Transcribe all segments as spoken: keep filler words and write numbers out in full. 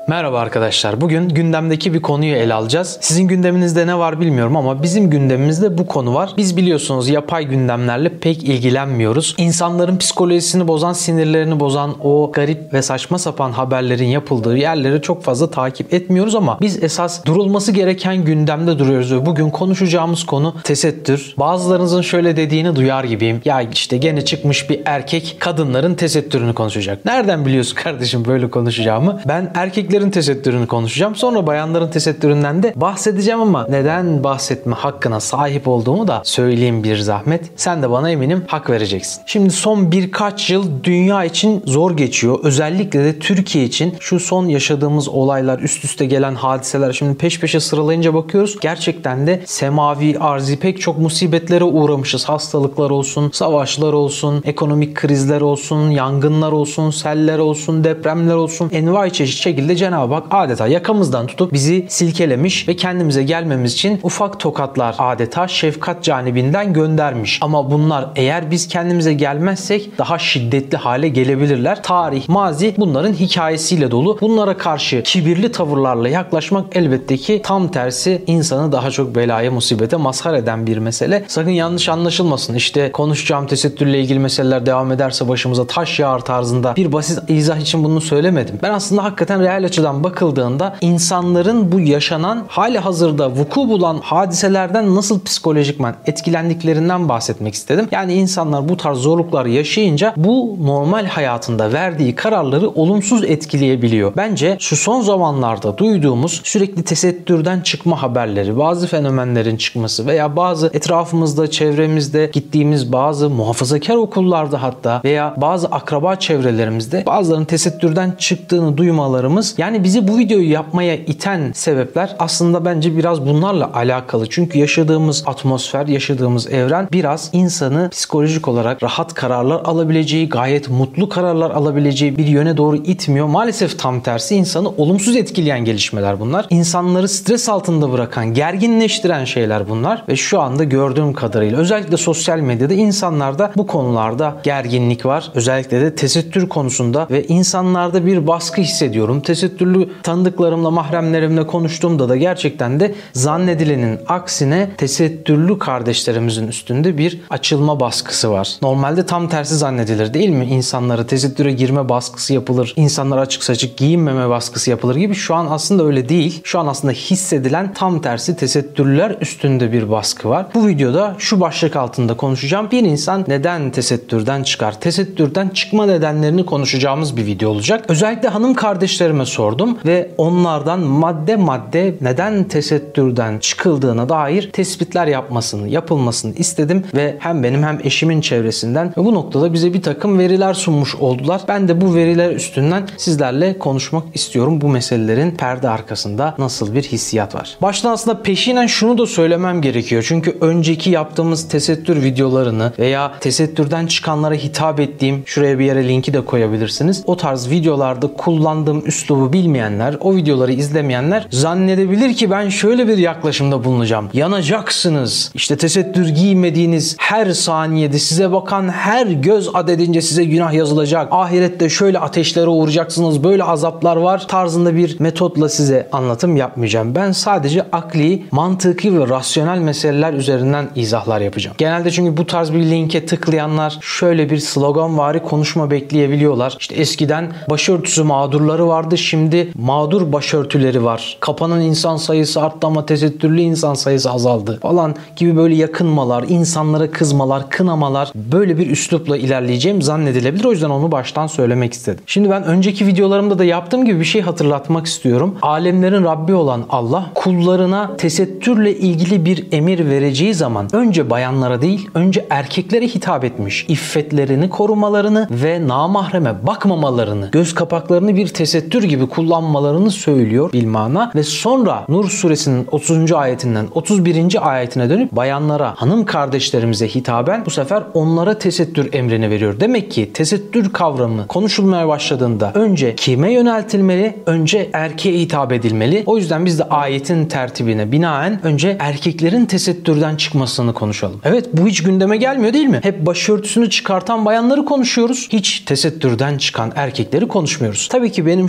Merhaba arkadaşlar. Bugün gündemdeki bir konuyu ele alacağız. Sizin gündeminizde ne var bilmiyorum ama bizim gündemimizde bu konu var. Biz biliyorsunuz yapay gündemlerle pek ilgilenmiyoruz. İnsanların psikolojisini bozan, sinirlerini bozan o garip ve saçma sapan haberlerin yapıldığı yerleri çok fazla takip etmiyoruz ama biz esas durulması gereken gündemde duruyoruz ve bugün konuşacağımız konu tesettür. Bazılarınızın şöyle dediğini duyar gibiyim. Ya işte gene çıkmış bir erkek kadınların tesettürünü konuşacak. Nereden biliyorsun kardeşim böyle konuşacağımı? Ben erkek Erkeklerin tesettürünü konuşacağım. Sonra bayanların tesettüründen de bahsedeceğim ama neden bahsetme hakkına sahip olduğumu da söyleyeyim bir zahmet. Sen de bana eminim hak vereceksin. Şimdi son birkaç yıl dünya için zor geçiyor. Özellikle de Türkiye için şu son yaşadığımız olaylar, üst üste gelen hadiseler şimdi peş peşe sıralayınca bakıyoruz. Gerçekten de semavi, arzi pek çok musibetlere uğramışız. Hastalıklar olsun, savaşlar olsun, ekonomik krizler olsun, yangınlar olsun, seller olsun, depremler olsun. Envai çeşit şekilde Cenab-ı Hak adeta yakamızdan tutup bizi silkelemiş ve kendimize gelmemiz için ufak tokatlar adeta şefkat canibinden göndermiş. Ama bunlar eğer biz kendimize gelmezsek daha şiddetli hale gelebilirler. Tarih, mazi bunların hikayesiyle dolu. Bunlara karşı kibirli tavırlarla yaklaşmak elbette ki tam tersi insanı daha çok belaya, musibete mazhar eden bir mesele. Sakın yanlış anlaşılmasın. İşte konuşacağım tesettürle ilgili meseleler devam ederse başımıza taş yağar tarzında bir basit izah için bunu söylemedim. Ben aslında hakikaten real açıdan bakıldığında insanların bu yaşanan hali hazırda vuku bulan hadiselerden nasıl psikolojikman etkilendiklerinden bahsetmek istedim. Yani insanlar bu tarz zorluklar yaşayınca bu normal hayatında verdiği kararları olumsuz etkileyebiliyor. Bence şu son zamanlarda duyduğumuz sürekli tesettürden çıkma haberleri, bazı fenomenlerin çıkması veya bazı etrafımızda, çevremizde gittiğimiz bazı muhafazakar okullarda hatta veya bazı akraba çevrelerimizde bazılarının tesettürden çıktığını duymalarımız, yani bizi bu videoyu yapmaya iten sebepler aslında bence biraz bunlarla alakalı. Çünkü yaşadığımız atmosfer, yaşadığımız evren biraz insanı psikolojik olarak rahat kararlar alabileceği, gayet mutlu kararlar alabileceği bir yöne doğru itmiyor. Maalesef tam tersi insanı olumsuz etkileyen gelişmeler bunlar. İnsanları stres altında bırakan, gerginleştiren şeyler bunlar ve şu anda gördüğüm kadarıyla özellikle sosyal medyada insanlarda bu konularda gerginlik var. Özellikle de tesettür konusunda ve insanlarda bir baskı hissediyorum. Tesettürlü tanıdıklarımla, mahremlerimle konuştuğumda da gerçekten de zannedilenin aksine tesettürlü kardeşlerimizin üstünde bir açılma baskısı var. Normalde tam tersi zannedilir değil mi? İnsanlara tesettüre girme baskısı yapılır. İnsanlara açık saçık giyinmeme baskısı yapılır gibi. Şu an aslında öyle değil. Şu an aslında hissedilen tam tersi tesettürlüler üstünde bir baskı var. Bu videoda şu başlık altında konuşacağım. Bir insan neden tesettürden çıkar? Tesettürden çıkma nedenlerini konuşacağımız bir video olacak. Özellikle hanım kardeşlerime sordum ve onlardan madde madde neden tesettürden çıkıldığına dair tespitler yapmasını, yapılmasını istedim ve hem benim hem eşimin çevresinden ve bu noktada bize bir takım veriler sunmuş oldular. Ben de bu veriler üstünden sizlerle konuşmak istiyorum. Bu meselelerin perde arkasında nasıl bir hissiyat var? Baştan aslında peşinen şunu da söylemem gerekiyor. Çünkü önceki yaptığımız tesettür videolarını veya tesettürden çıkanlara hitap ettiğim, şuraya bir yere linki de koyabilirsiniz. O tarz videolarda kullandığım üslubu bilmeyenler, o videoları izlemeyenler zannedebilir ki ben şöyle bir yaklaşımda bulunacağım. Yanacaksınız. İşte tesettür giymediğiniz her saniyede size bakan her göz adedince size günah yazılacak. Ahirette şöyle ateşlere uğrayacaksınız. Böyle azaplar var tarzında bir metotla size anlatım yapmayacağım. Ben sadece akli, mantıki ve rasyonel meseleler üzerinden izahlar yapacağım. Genelde çünkü bu tarz bir linke tıklayanlar şöyle bir sloganvari konuşma bekleyebiliyorlar. İşte eskiden başörtüsü mağdurları vardı. Şimdi mağdur başörtüleri var. Kapanan insan sayısı arttı ama tesettürlü insan sayısı azaldı falan gibi böyle yakınmalar, insanlara kızmalar, kınamalar, böyle bir üslupla ilerleyeceğim zannedilebilir. O yüzden onu baştan söylemek istedim. Şimdi ben önceki videolarımda da yaptığım gibi bir şey hatırlatmak istiyorum. Alemlerin Rabbi olan Allah kullarına tesettürle ilgili bir emir vereceği zaman önce bayanlara değil, önce erkeklere hitap etmiş. İffetlerini korumalarını ve namahreme bakmamalarını, göz kapaklarını bir tesettür gibi kullanmalarını söylüyor bilmana ve sonra Nur suresinin otuzuncu ayetinden otuz birinci ayetine dönüp bayanlara, hanım kardeşlerimize hitaben bu sefer onlara tesettür emrini veriyor. Demek ki tesettür kavramı konuşulmaya başladığında önce kime yöneltilmeli? Önce erkeğe hitap edilmeli. O yüzden biz de ayetin tertibine binaen önce erkeklerin tesettürden çıkmasını konuşalım. Evet, bu hiç gündeme gelmiyor değil mi? Hep başörtüsünü çıkartan bayanları konuşuyoruz. Hiç tesettürden çıkan erkekleri konuşmuyoruz. Tabii ki benim şu tespit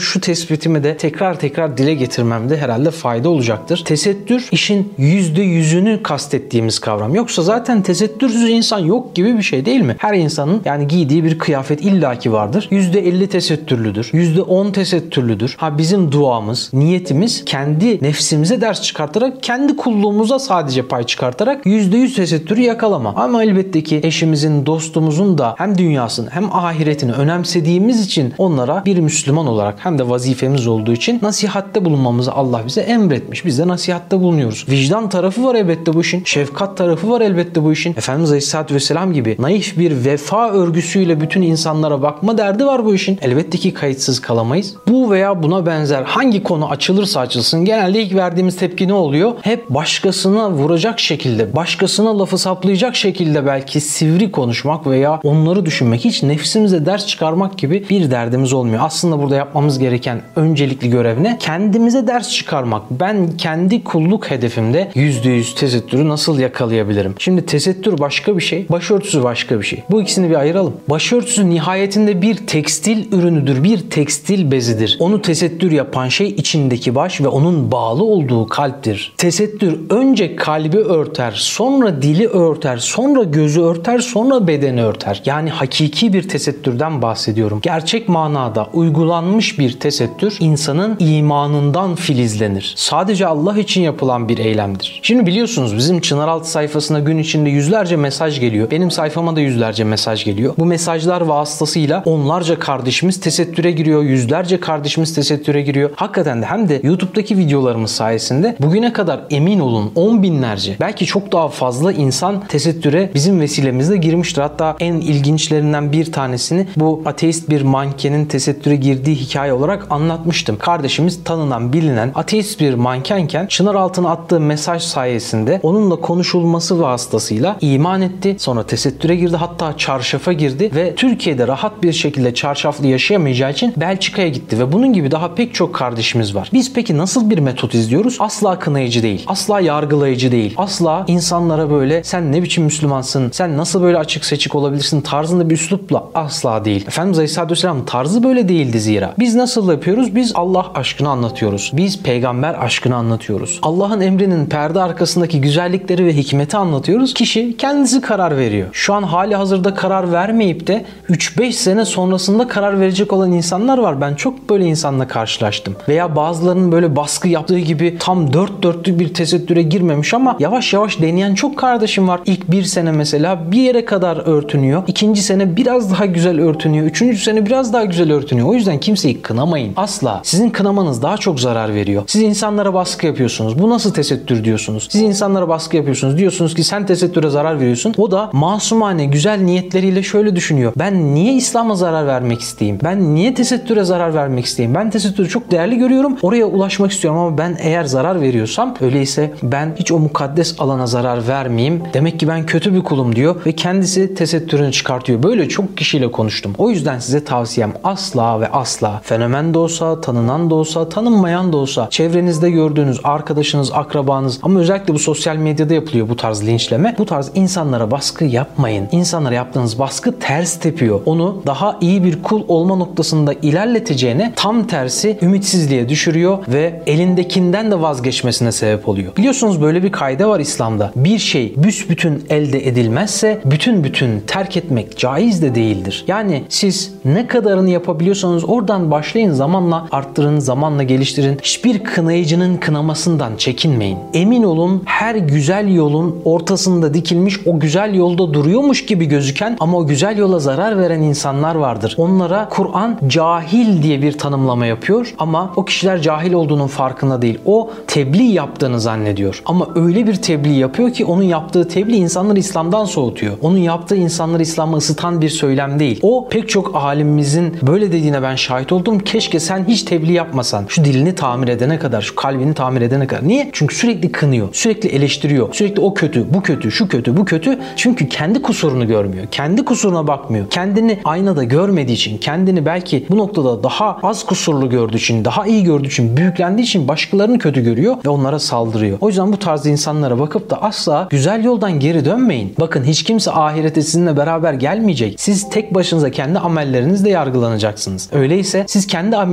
tespitimi de tekrar tekrar dile getirmemde herhalde fayda olacaktır. Tesettür işin yüzde yüzünü kastettiğimiz kavram. Yoksa zaten tesettürsüz insan yok gibi bir şey değil mi? Her insanın yani giydiği bir kıyafet illaki vardır. yüzde elli tesettürlüdür. yüzde on tesettürlüdür. Ha bizim duamız, niyetimiz kendi nefsimize ders çıkartarak, kendi kulluğumuza sadece pay çıkartarak yüzde yüz tesettürü yakalama. Ama elbette ki eşimizin, dostumuzun da hem dünyasını hem ahiretini önemsediğimiz için onlara bir Müslüman olarak hem de vazifemiz olduğu için nasihatte bulunmamızı Allah bize emretmiş. Biz de nasihatte bulunuyoruz. Vicdan tarafı var elbette bu işin. Şefkat tarafı var elbette bu işin. Efendimiz Aleyhisselatü Vesselam gibi naif bir vefa örgüsüyle bütün insanlara bakma derdi var bu işin. Elbette ki kayıtsız kalamayız. Bu veya buna benzer hangi konu açılırsa açılsın genelde ilk verdiğimiz tepki ne oluyor? Hep başkasına vuracak şekilde, başkasına lafı saplayacak şekilde belki sivri konuşmak veya onları düşünmek, hiç nefsimize ders çıkarmak gibi bir derdimiz olmuyor. Aslında burada yapmamız gereken öncelikli görev ne? Kendimize ders çıkarmak. Ben kendi kulluk hedefimde yüzde yüz tesettürü nasıl yakalayabilirim? Şimdi tesettür başka bir şey, başörtüsü başka bir şey. Bu ikisini bir ayıralım. Başörtüsü nihayetinde bir tekstil ürünüdür, bir tekstil bezidir. Onu tesettür yapan şey içindeki baş ve onun bağlı olduğu kalptir. Tesettür önce kalbi örter, sonra dili örter, sonra gözü örter, sonra bedeni örter. Yani hakiki bir tesettürden bahsediyorum. Gerçek manada uygulanmış bir tesettür insanın imanından filizlenir. Sadece Allah için yapılan bir eylemdir. Şimdi biliyorsunuz bizim Çınaraltı sayfasına gün içinde yüzlerce mesaj geliyor. Benim sayfama da yüzlerce mesaj geliyor. Bu mesajlar vasıtasıyla onlarca kardeşimiz tesettüre giriyor. Yüzlerce kardeşimiz tesettüre giriyor. Hakikaten de hem de YouTube'daki videolarımız sayesinde bugüne kadar emin olun on binlerce belki çok daha fazla insan tesettüre bizim vesilemizle girmiştir. Hatta en ilginçlerinden bir tanesini bu ateist bir mankenin tesettüre girdiği hikaye olarak anlatmıştım. Kardeşimiz tanınan, bilinen ateist bir mankenken Çınaraltı'na attığı mesaj sayesinde onunla konuşulması vasıtasıyla iman etti. Sonra tesettüre girdi. Hatta çarşafa girdi ve Türkiye'de rahat bir şekilde çarşaflı yaşayamayacağı için Belçika'ya gitti ve bunun gibi daha pek çok kardeşimiz var. Biz peki nasıl bir metot izliyoruz? Asla kınayıcı değil. Asla yargılayıcı değil. Asla insanlara böyle sen ne biçim Müslümansın, sen nasıl böyle açık seçik olabilirsin tarzında bir üslupla asla değil. Efendimiz Aleyhisselatü Vesselam tarzı böyle değildi zira. Biz nasıl yapıyoruz? Biz Allah aşkını anlatıyoruz. Biz peygamber aşkını anlatıyoruz. Allah'ın emrinin perde arkasındaki güzellikleri ve hikmeti anlatıyoruz. Kişi kendisi karar veriyor. Şu an hali hazırda karar vermeyip de üç beş sene sonrasında karar verecek olan insanlar var. Ben çok böyle insanla karşılaştım. Veya bazılarının böyle baskı yaptığı gibi tam dört dörtlük bir tesettüre girmemiş ama yavaş yavaş deneyen çok kardeşim var. İlk bir sene mesela bir yere kadar örtünüyor. İkinci sene biraz daha güzel örtünüyor. Üçüncü sene biraz daha güzel örtünüyor. O yüzden kimseyi kınamayın. Asla. Sizin kınamanız daha çok zarar veriyor. Siz insanlara baskı yapıyorsunuz. Bu nasıl tesettür diyorsunuz. Siz insanlara baskı yapıyorsunuz. Diyorsunuz ki sen tesettüre zarar veriyorsun. O da masumane güzel niyetleriyle şöyle düşünüyor. Ben niye İslam'a zarar vermek isteyeyim? Ben niye tesettüre zarar vermek isteyeyim? Ben tesettürü çok değerli görüyorum. Oraya ulaşmak istiyorum ama ben eğer zarar veriyorsam öyleyse ben hiç o mukaddes alana zarar vermeyeyim. Demek ki ben kötü bir kulum diyor ve kendisi tesettürünü çıkartıyor. Böyle çok kişiyle konuştum. O yüzden size tavsiyem asla ve asla fenomen de olsa, tanınan da olsa, tanınmayan da olsa, çevrenizde gördüğünüz arkadaşınız, akrabanız ama özellikle bu sosyal medyada yapılıyor bu tarz linçleme. Bu tarz insanlara baskı yapmayın. İnsanlara yaptığınız baskı ters tepiyor. Onu daha iyi bir kul olma noktasında ilerleteceğine tam tersi ümitsizliğe düşürüyor ve elindekinden de vazgeçmesine sebep oluyor. Biliyorsunuz böyle bir kaide var İslam'da. Bir şey büsbütün elde edilmezse bütün bütün terk etmek caiz de değildir. Yani siz ne kadarını yapabiliyorsanız oradan başlayın, zamanla arttırın, zamanla geliştirin. Hiçbir kınayıcının kınamasından çekinmeyin. Emin olun her güzel yolun ortasında dikilmiş o güzel yolda duruyormuş gibi gözüken ama o güzel yola zarar veren insanlar vardır. Onlara Kur'an cahil diye bir tanımlama yapıyor ama o kişiler cahil olduğunun farkında değil. O tebliğ yaptığını zannediyor. Ama öyle bir tebliğ yapıyor ki onun yaptığı tebliğ insanları İslam'dan soğutuyor. Onun yaptığı insanları İslam'a ısıtan bir söylem değil. O pek çok alimimizin böyle dediğine ben şahit oldum. Keşke sen hiç tebliğ yapmasan. Şu dilini tamir edene kadar, şu kalbini tamir edene kadar. Niye? Çünkü sürekli kınıyor. Sürekli eleştiriyor. Sürekli o kötü, bu kötü, şu kötü, bu kötü. Çünkü kendi kusurunu görmüyor. Kendi kusuruna bakmıyor. Kendini aynada görmediği için, kendini belki bu noktada daha az kusurlu gördüğü için, daha iyi gördüğü için, büyüklendiği için başkalarını kötü görüyor ve onlara saldırıyor. O yüzden bu tarz insanlara bakıp da asla güzel yoldan geri dönmeyin. Bakın hiç kimse ahirete sizinle beraber gelmeyecek. Siz tek başınıza kendi amellerinizle yargılanacaksınız. Öyleyse siz kendi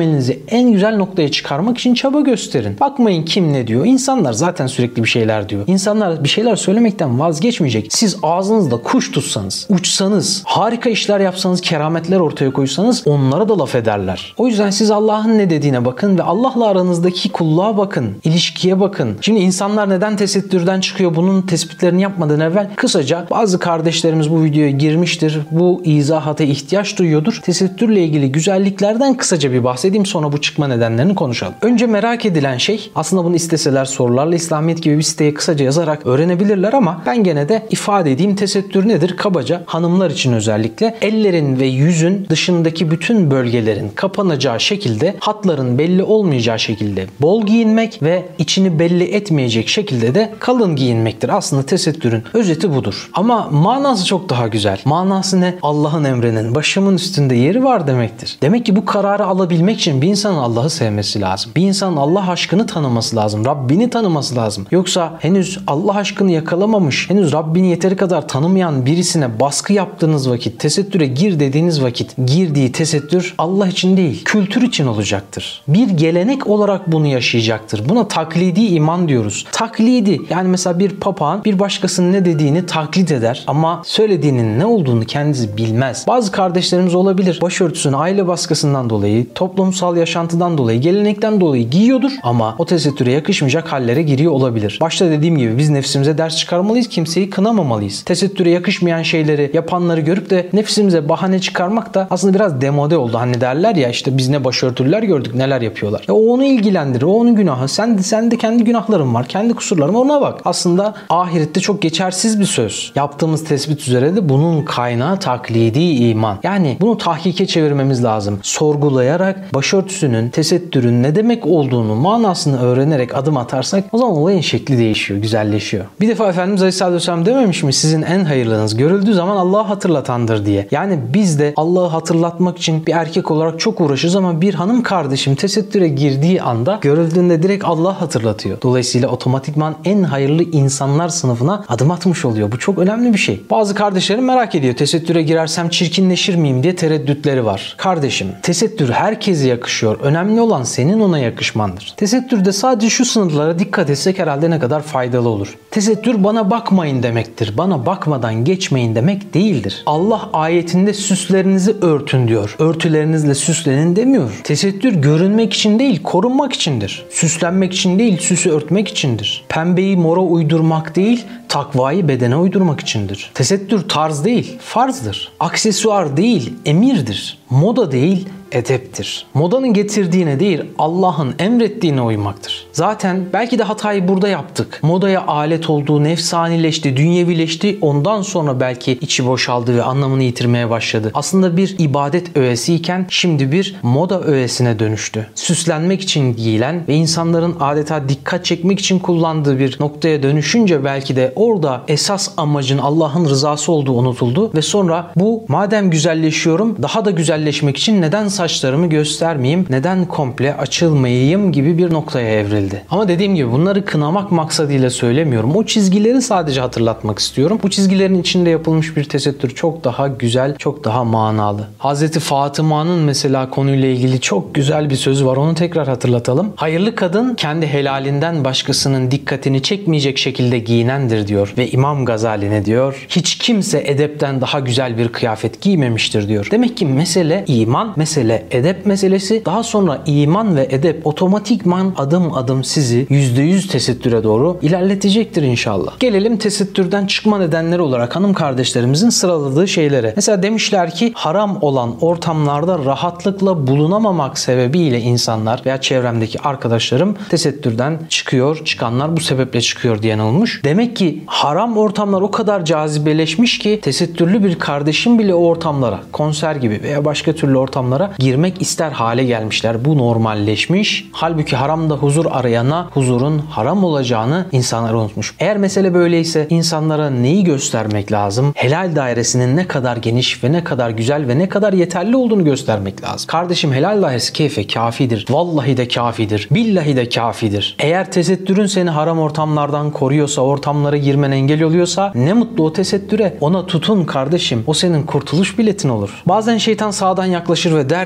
amelinizi en güzel noktaya çıkarmak için çaba gösterin. Bakmayın kim ne diyor. İnsanlar zaten sürekli bir şeyler diyor. İnsanlar bir şeyler söylemekten vazgeçmeyecek. Siz ağzınızda kuş tutsanız, uçsanız, harika işler yapsanız, kerametler ortaya koysanız onlara da laf ederler. O yüzden siz Allah'ın ne dediğine bakın ve Allah'la aranızdaki kulluğa bakın, ilişkiye bakın. Şimdi insanlar neden tesettürden çıkıyor? Bunun tespitlerini yapmadan evvel kısaca bazı kardeşlerimiz bu videoya girmiştir. Bu izahata ihtiyaç duyuyordur. Tesettürle ilgili güzelliklerden kısaca bir bahsedeyim, sonra bu çıkma nedenlerini konuşalım. Önce merak edilen şey, aslında bunu isteseler sorularla İslamiyet gibi bir siteye kısaca yazarak öğrenebilirler ama ben gene de ifade edeyim. Tesettür nedir? Kabaca hanımlar için özellikle ellerin ve yüzün dışındaki bütün bölgelerin kapanacağı şekilde, hatların belli olmayacağı şekilde bol giyinmek ve içini belli etmeyecek şekilde de kalın giyinmektir. Aslında tesettürün özeti budur. Ama manası çok daha güzel. Manası ne? Allah'ın emrinin başımın üstünde yeri var demektir. Demek ki bu kararı alabilmek için bir insanın Allah'ı sevmesi lazım. Bir insanın Allah aşkını tanıması lazım. Rabbini tanıması lazım. Yoksa henüz Allah aşkını yakalamamış, henüz Rabbini yeteri kadar tanımayan birisine baskı yaptığınız vakit, tesettüre gir dediğiniz vakit girdiği tesettür Allah için değil, kültür için olacaktır. Bir gelenek olarak bunu yaşayacaktır. Buna taklidi iman diyoruz. Taklidi, yani mesela bir papağan bir başkasının ne dediğini taklit eder ama söylediğinin ne olduğunu kendisi bilmez. Bazı kardeşlerimiz olabilir. Başörtüsünü aile baskısından dolayı, toplumsal yaşantıdan dolayı, gelenekten dolayı giyiyordur ama o tesettüre yakışmayacak hallere giriyor olabilir. Başta dediğim gibi biz nefsimize ders çıkarmalıyız, kimseyi kınamamalıyız. Tesettüre yakışmayan şeyleri yapanları görüp de nefsimize bahane çıkarmak da aslında biraz demode oldu. Hani derler ya, işte biz ne başörtülüler gördük, neler yapıyorlar. Ya o onu ilgilendirir, o onun günahı. Sen de, sen de kendi günahların var, kendi kusurların, ona bak. Aslında ahirette çok geçersiz bir söz. Yaptığımız tespit üzere de bunun kaynağı taklidi iman. Yani bunu tahkike çevirmemiz lazım. Sorgulayarak başörtüsünün, tesettürün ne demek olduğunu, manasını öğrenerek adım atarsak o zaman olayın şekli değişiyor, güzelleşiyor. Bir defa Efendimiz Aleyhisselatü Vesselam dememiş mi? Sizin en hayırlınız görüldüğü zaman Allah'ı hatırlatandır diye. Yani biz de Allah'ı hatırlatmak için bir erkek olarak çok uğraşırız ama bir hanım kardeşim tesettüre girdiği anda görüldüğünde direkt Allah hatırlatıyor. Dolayısıyla otomatikman en hayırlı insanlar sınıfına adım atmış oluyor. Bu çok önemli bir şey. Bazı kardeşlerim merak ediyor. Tesettüre girersem çirkinleşir miyim diye tereddütleri var. Kardeşim, tesettür herkese yakışıyor. Önemli olan senin ona yakışmandır. Tesettürde sadece şu sınırlara dikkat etsek herhalde ne kadar faydalı olur. Tesettür bana bakmayın demektir. Bana bakmadan geçmeyin demek değildir. Allah ayetinde süslerinizi örtün diyor. Örtülerinizle süslenin demiyor. Tesettür görünmek için değil, korunmak içindir. Süslenmek için değil, süsü örtmek içindir. Pembeyi mora uydurmak değil, takvayı bedene uydurmak içindir. Tesettür tarz değil, farzdır. Aksesuar değil, emirdir. Moda değil, edeptir. Modanın getirdiğine değil, Allah'ın emrettiğine uymaktır. Zaten belki de hatayı burada yaptık. Modaya alet olduğu, nefsanileşti, dünyevileşti. Ondan sonra belki içi boşaldı ve anlamını yitirmeye başladı. Aslında bir ibadet öğesiyken şimdi bir moda öğesine dönüştü. Süslenmek için giyilen ve insanların adeta dikkat çekmek için kullandığı bir noktaya dönüşünce belki de orada esas amacın Allah'ın rızası olduğu unutuldu ve sonra bu madem güzelleşiyorum, daha da güzelleşmek için neden saçlarımı göstermeyeyim, neden komple açılmayayım gibi bir noktaya evrildi. Ama dediğim gibi bunları kınamak maksadıyla söylemiyorum. O çizgileri sadece hatırlatmak istiyorum. Bu çizgilerin içinde yapılmış bir tesettür çok daha güzel, çok daha manalı. Hazreti Fatıma'nın mesela konuyla ilgili çok güzel bir sözü var. Onu tekrar hatırlatalım. Hayırlı kadın kendi helalinden başkasının dikkatini çekmeyecek şekilde giyinendir diyor. Ve İmam Gazali ne diyor? Hiç kimse edepten daha güzel bir kıyafet giymemiştir diyor. Demek ki mesele iman, mesele edep meselesi. Daha sonra iman ve edep otomatikman adım adım sizi yüzde yüz tesettüre doğru ilerletecektir inşallah. Gelelim tesettürden çıkma nedenleri olarak hanım kardeşlerimizin sıraladığı şeylere. Mesela demişler ki haram olan ortamlarda rahatlıkla bulunamamak sebebiyle insanlar veya çevremdeki arkadaşlarım tesettürden çıkıyor. Çıkanlar bu sebeple çıkıyor diyen olmuş. Demek ki haram ortamlar o kadar cazibeleşmiş ki tesettürlü bir kardeşim bile o ortamlara, konser gibi veya başka türlü ortamlara girmek ister hale gelmişler. Bu normalleşmiş. Halbuki haramda huzur arayana huzurun haram olacağını insanlar unutmuş. Eğer mesele böyleyse insanlara neyi göstermek lazım? Helal dairesinin ne kadar geniş ve ne kadar güzel ve ne kadar yeterli olduğunu göstermek lazım. Kardeşim helal dairesi keyfe kafidir. Vallahi de kafidir. Billahi de kafidir. Eğer tesettürün seni haram ortamlardan koruyorsa, ortamlara girmen engel oluyorsa ne mutlu o tesettüre. Ona tutun kardeşim. O senin kurtuluş biletin olur. Bazen şeytan sağdan yaklaşır ve der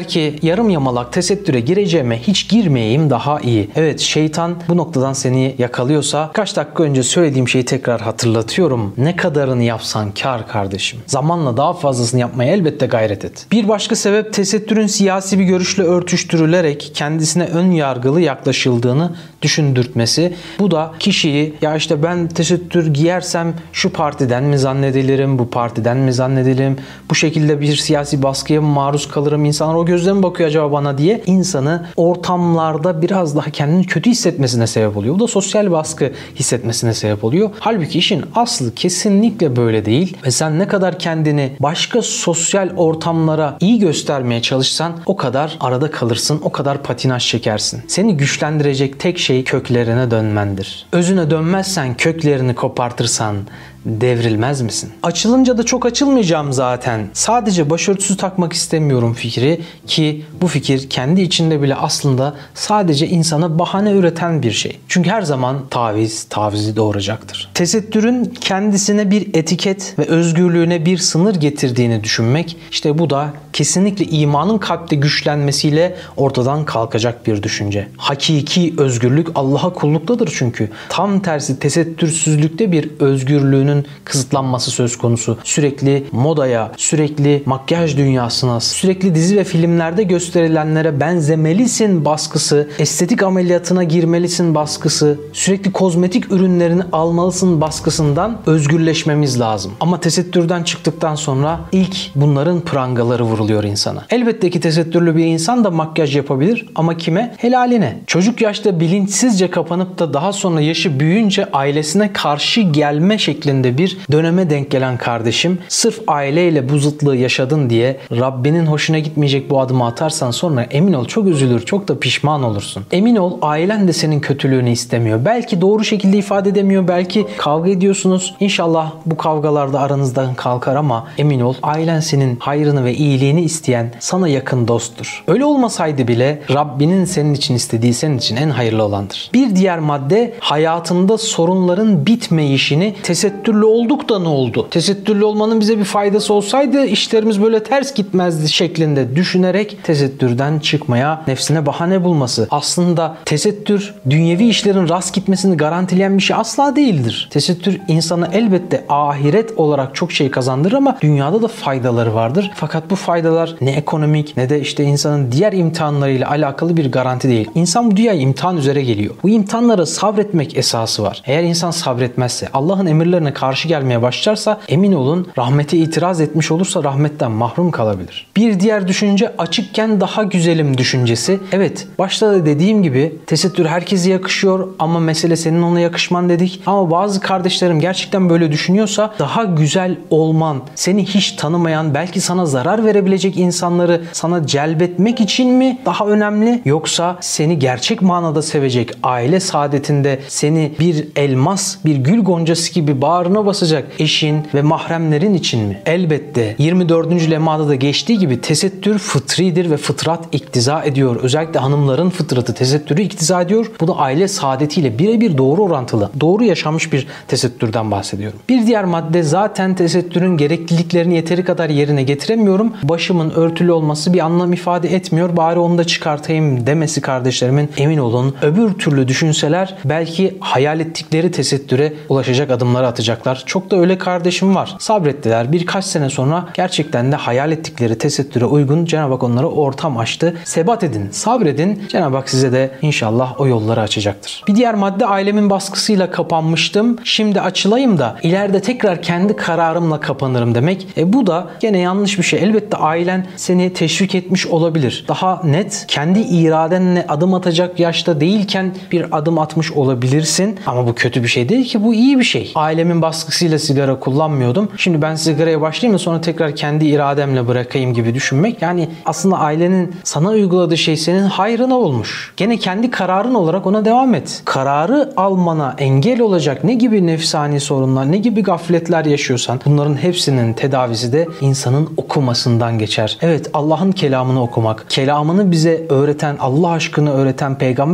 Der ki yarım yamalak tesettüre gireceğime hiç girmeyeyim daha iyi. Evet, şeytan bu noktadan seni yakalıyorsa kaç dakika önce söylediğim şeyi tekrar hatırlatıyorum. Ne kadarını yapsan kar kardeşim. Zamanla daha fazlasını yapmaya elbette gayret et. Bir başka sebep tesettürün siyasi bir görüşle örtüştürülerek kendisine ön yargılı yaklaşıldığını düşündürtmesi. Bu da kişiyi ya işte ben tesettür giyersem şu partiden mi zannedilirim, bu partiden mi zannedilirim, bu şekilde bir siyasi baskıya mı maruz kalırım, insanlar o gözle mi bakıyor acaba bana diye insanı ortamlarda biraz daha kendini kötü hissetmesine sebep oluyor. Bu da sosyal baskı hissetmesine sebep oluyor. Halbuki işin aslı kesinlikle böyle değil ve sen ne kadar kendini başka sosyal ortamlara iyi göstermeye çalışsan o kadar arada kalırsın, o kadar patinaj çekersin. Seni güçlendirecek tek şey köklerine dönmendir. Özüne dönmezsen, köklerini kopartırsan devrilmez misin? Açılınca da çok açılmayacağım zaten. Sadece başörtüsü takmak istemiyorum fikri, ki bu fikir kendi içinde bile aslında sadece insana bahane üreten bir şey. Çünkü her zaman taviz, tavizi doğuracaktır. Tesettürün kendisine bir etiket ve özgürlüğüne bir sınır getirdiğini düşünmek, işte bu da kesinlikle imanın kalpte güçlenmesiyle ortadan kalkacak bir düşünce. Hakiki özgürlük Allah'a kulluktadır çünkü. Tam tersi tesettürsüzlükte bir özgürlüğünün kısıtlanması söz konusu. Sürekli modaya, sürekli makyaj dünyasına, sürekli dizi ve filmlerde gösterilenlere benzemelisin baskısı, estetik ameliyatına girmelisin baskısı, sürekli kozmetik ürünlerini almalısın baskısından özgürleşmemiz lazım. Ama tesettürden çıktıktan sonra ilk bunların prangaları vuruluyor insana. Elbette ki tesettürlü bir insan da makyaj yapabilir ama kime? Helaline. Çocuk yaşta bilinçsizce kapanıp da daha sonra yaşı büyüyünce ailesine karşı gelme şeklinde bir döneme denk gelen kardeşim, sırf aileyle bu zıtlığı yaşadın diye Rabbinin hoşuna gitmeyecek bu adımı atarsan sonra emin ol çok üzülür, çok da pişman olursun. Emin ol ailen de senin kötülüğünü istemiyor. Belki doğru şekilde ifade edemiyor, belki kavga ediyorsunuz. İnşallah bu kavgalarda aranızdan kalkar ama emin ol ailen senin hayrını ve iyiliğini isteyen sana yakın dosttur. Öyle olmasaydı bile Rabbinin senin için istediği senin için en hayırlı olandır. Bir diğer madde, hayatında sorunların bitmeyişini tesettürlü olduk da ne oldu? Tesettürlü olmanın bize bir faydası olsaydı işlerimiz böyle ters gitmezdi şeklinde düşünerek tesettürden çıkmaya nefsine bahane bulması. Aslında tesettür dünyevi işlerin rast gitmesini garantileyen bir şey asla değildir. Tesettür insana elbette ahiret olarak çok şey kazandırır ama dünyada da faydaları vardır. Fakat bu faydalar ne ekonomik ne de işte insanın diğer imtihanlarıyla alakalı bir garanti değil. İnsan bu dünyaya imtihan üzere geliyor. Bu imtihanlara sabretmek esası var. Eğer insan sabretmezse, Allah'ın emirlerine karşı gelmeye başlarsa emin olun rahmete itiraz etmiş olursa rahmetten mahrum kalabilir. Bir diğer düşünce açıkken daha güzelim düşüncesi. Evet, başta da dediğim gibi tesettür herkese yakışıyor ama mesele senin ona yakışman dedik. Ama bazı kardeşlerim gerçekten böyle düşünüyorsa daha güzel olman, seni hiç tanımayan, belki sana zarar verebilecek insanları sana celbetmek için mi daha önemli, yoksa seni gerçek manada sevecek, aile saadetinde seni bir elmas, bir gül goncası gibi bağrına basacak eşin ve mahremlerin için mi? Elbette yirmi dördüncü lemada da geçtiği gibi tesettür fıtridir ve fıtrat iktiza ediyor. Özellikle hanımların fıtratı tesettürü iktiza ediyor. Bu da aile saadetiyle birebir doğru orantılı. Doğru yaşanmış bir tesettürden bahsediyorum. Bir diğer madde, zaten tesettürün gerekliliklerini yeteri kadar yerine getiremiyorum. Başımın örtülü olması bir anlam ifade etmiyor. Bari onu da çıkartayım demesi kardeşlerimin, emin olun öbür türlü düşünseler belki hayal ettikleri tesettüre ulaşacak adımları atacaklar. Çok da öyle kardeşim var. Sabrettiler. Birkaç sene sonra gerçekten de hayal ettikleri tesettüre uygun Cenab-ı Hak onlara ortam açtı. Sebat edin, sabredin. Cenab-ı Hak size de inşallah o yolları açacaktır. Bir diğer madde, ailemin baskısıyla kapanmıştım. Şimdi açılayım da ileride tekrar kendi kararımla kapanırım demek. E bu da gene yanlış bir şey. Elbette ailen seni teşvik etmiş olabilir. Daha net kendi iradenle adım atacak yaşta değilken bir adım atmış olabilirsin. Ama bu kötü bir şey değil ki, bu iyi bir şey. Ailemin baskısıyla sigara kullanmıyordum. Şimdi ben sigaraya başlayayım da sonra tekrar kendi irademle bırakayım gibi düşünmek. Yani aslında ailenin sana uyguladığı şey senin hayrına olmuş. Gene kendi kararın olarak ona devam et. Kararı almana engel olacak ne gibi nefsani sorunlar, ne gibi gafletler yaşıyorsan bunların hepsinin tedavisi de insanın okumasından geçer. Evet, Allah'ın kelamını okumak, kelamını bize öğreten, Allah aşkını öğreten, peygamber aşkını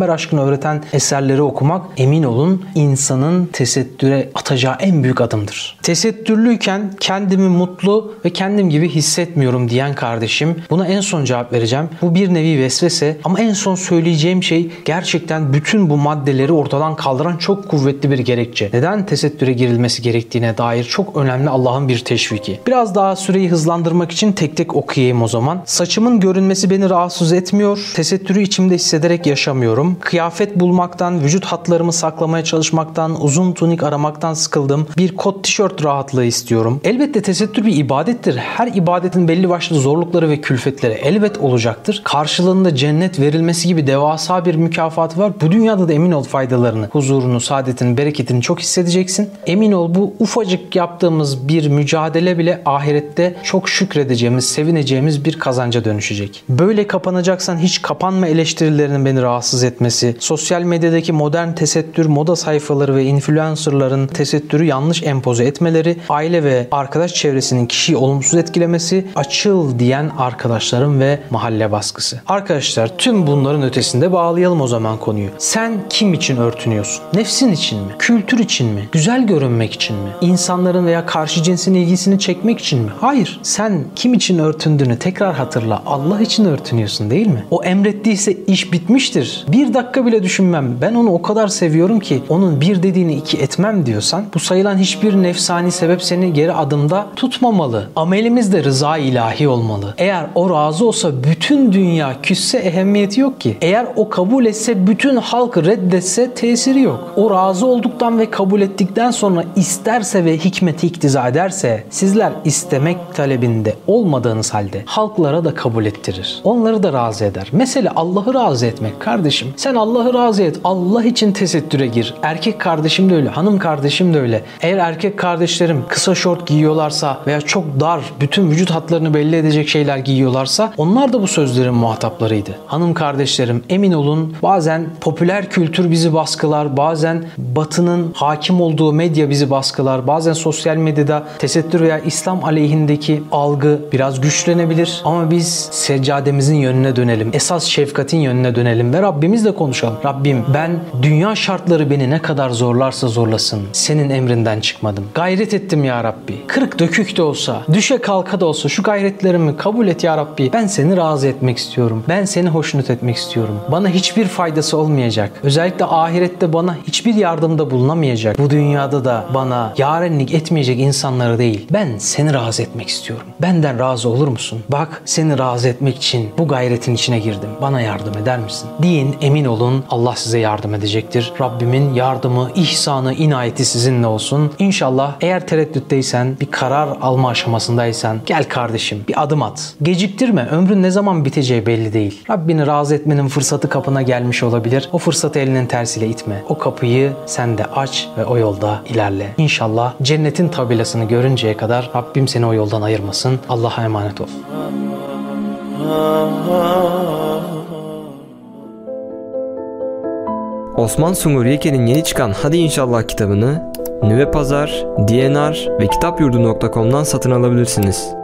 öğreten eserleri okumak, emin olun, insanın tesettüre atacağı en büyük adımdır. Tesettürlüyken kendimi mutlu ve kendim gibi hissetmiyorum diyen kardeşim, buna en son cevap vereceğim. Bu bir nevi vesvese ama en son söyleyeceğim şey gerçekten bütün bu maddeleri ortadan kaldıran çok kuvvetli bir gerekçe. Neden tesettüre girilmesi gerektiğine dair çok önemli Allah'ın bir teşviki. Biraz daha süreyi hızlandırmak için tek tek okuyayım o zaman. Saçımın görünmesi beni rahatsız etmiyor. Tesettürü içimde hissederek yaşamıyorum. Kıyafet bulmaktan, vücut hatlarımı saklamaya çalışmaktan, uzun tunik aramaktan sıkıldım. Bir kot tişört rahatlığı istiyorum. Elbette tesettür bir ibadettir. Her ibadetin belli başlı zorlukları ve külfetleri elbet olacaktır. Karşılığında cennet verilmesi gibi devasa bir mükafatı var. Bu dünyada da emin ol faydalarını, huzurunu, saadetini, bereketini çok hissedeceksin. Emin ol bu ufacık yaptığımız bir mücadele bile ahirette çok şükredeceğimiz, sevineceğimiz bir kazanca dönüşecek. Böyle kapanacaksan hiç kapanma eleştirilerinin beni rahatsız etmesi, sosyal medyadaki modern tesettür moda sayfaları ve influencerların tesettürü yanlış empoze etmeleri, aile ve arkadaş çevresinin kişiyi olumsuz etkilemesi, açıl diyen arkadaşlarım ve mahalle baskısı. Arkadaşlar tüm bunların ötesinde bağlayalım o zaman konuyu. Sen kim için örtünüyorsun? Nefsin için mi? Kültür için mi? Güzel görünmek için mi? İnsanların veya karşı cinsin ilgisini çekmek için mi? Hayır. Sen kim için örtündüğünü tekrar hatırla. Allah için örtünüyorsun değil mi? O emrettiyse iş bitmiştir. Bir dakika bile düşünmem. Ben onu o kadar seviyorum ki onun bir dediğini iki etmem diyorsan bu sayılan hiçbir nefsani sebep seni geri adımda tutmamalı. Amelimiz de rıza ilahi olmalı. Eğer o razı olsa bütün dünya küsse ehemmiyeti yok ki. Eğer o kabul etse bütün halk reddetse tesiri yok. O razı olduktan ve kabul ettikten sonra isterse ve hikmeti iktiza ederse sizler istemek talebinde olmadığınız halde halklara da kabul ettirir. Onları da razı eder. Mesele Allah'ı razı etmek kardeşim. Sen Allah'ı razı et. Allah için tesettüre gir. Erkek kardeşim de öyle. Hanım kardeşim de öyle. Eğer erkek kardeşlerim kısa şort giyiyorlarsa veya çok dar, bütün vücut hatlarını belli edecek şeyler giyiyorlarsa onlar da bu sözlerin muhataplarıydı. Hanım kardeşlerim emin olun bazen popüler kültür bizi baskılar, bazen batının hakim olduğu medya bizi baskılar, bazen sosyal medyada tesettür veya İslam aleyhindeki algı biraz güçlenebilir ama biz seccademizin yönüne dönelim. Esas şefkatin yönüne dönelim ve Rabbimizle konuşalım. Rabbim ben dünya şartları beni ne kadar zorlarsa zorlasın senin emrinden çıkmadım. Gayret ettim ya Rabbi. Kırık dökük de olsa, düşe kalka da olsa şu gayretlerimi kabul et ya Rabbi. Ben seni razı etmek istiyorum. Ben seni hoşnut etmek istiyorum. Bana hiçbir faydası olmayacak. Özellikle ahirette bana hiçbir yardımda bulunamayacak. Bu dünyada da bana yarenlik etmeyecek insanları değil. Ben seni razı etmek istiyorum. Benden razı olur musun? Bak seni razı etmek için bu gayretin içine girdim. Bana yardım eder misin? Deyin, emin olun Allah size yardım edecektir. Rabbimin yardımı, ihsanı, inayeti sizinle olsun. İnşallah eğer tereddütteysen, bir karar alma aşamasındaysan gel kardeşim bir adım at. Geciktirme. Ömrün ne zaman biteceği belli değil. Rabbini razı etmenin fırsatı kapına gelmiş olabilir. O fırsatı elinin tersiyle itme. O kapıyı sen de aç ve o yolda ilerle. İnşallah cennetin tabelasını görünceye kadar Rabbim seni o yoldan ayırmasın. Allah'a emanet ol. Osman Sungur Yeke'nin yeni çıkan Hadi İnşallah kitabını Nüve Pazar, D N R ve kitap yurdu nokta com'dan satın alabilirsiniz.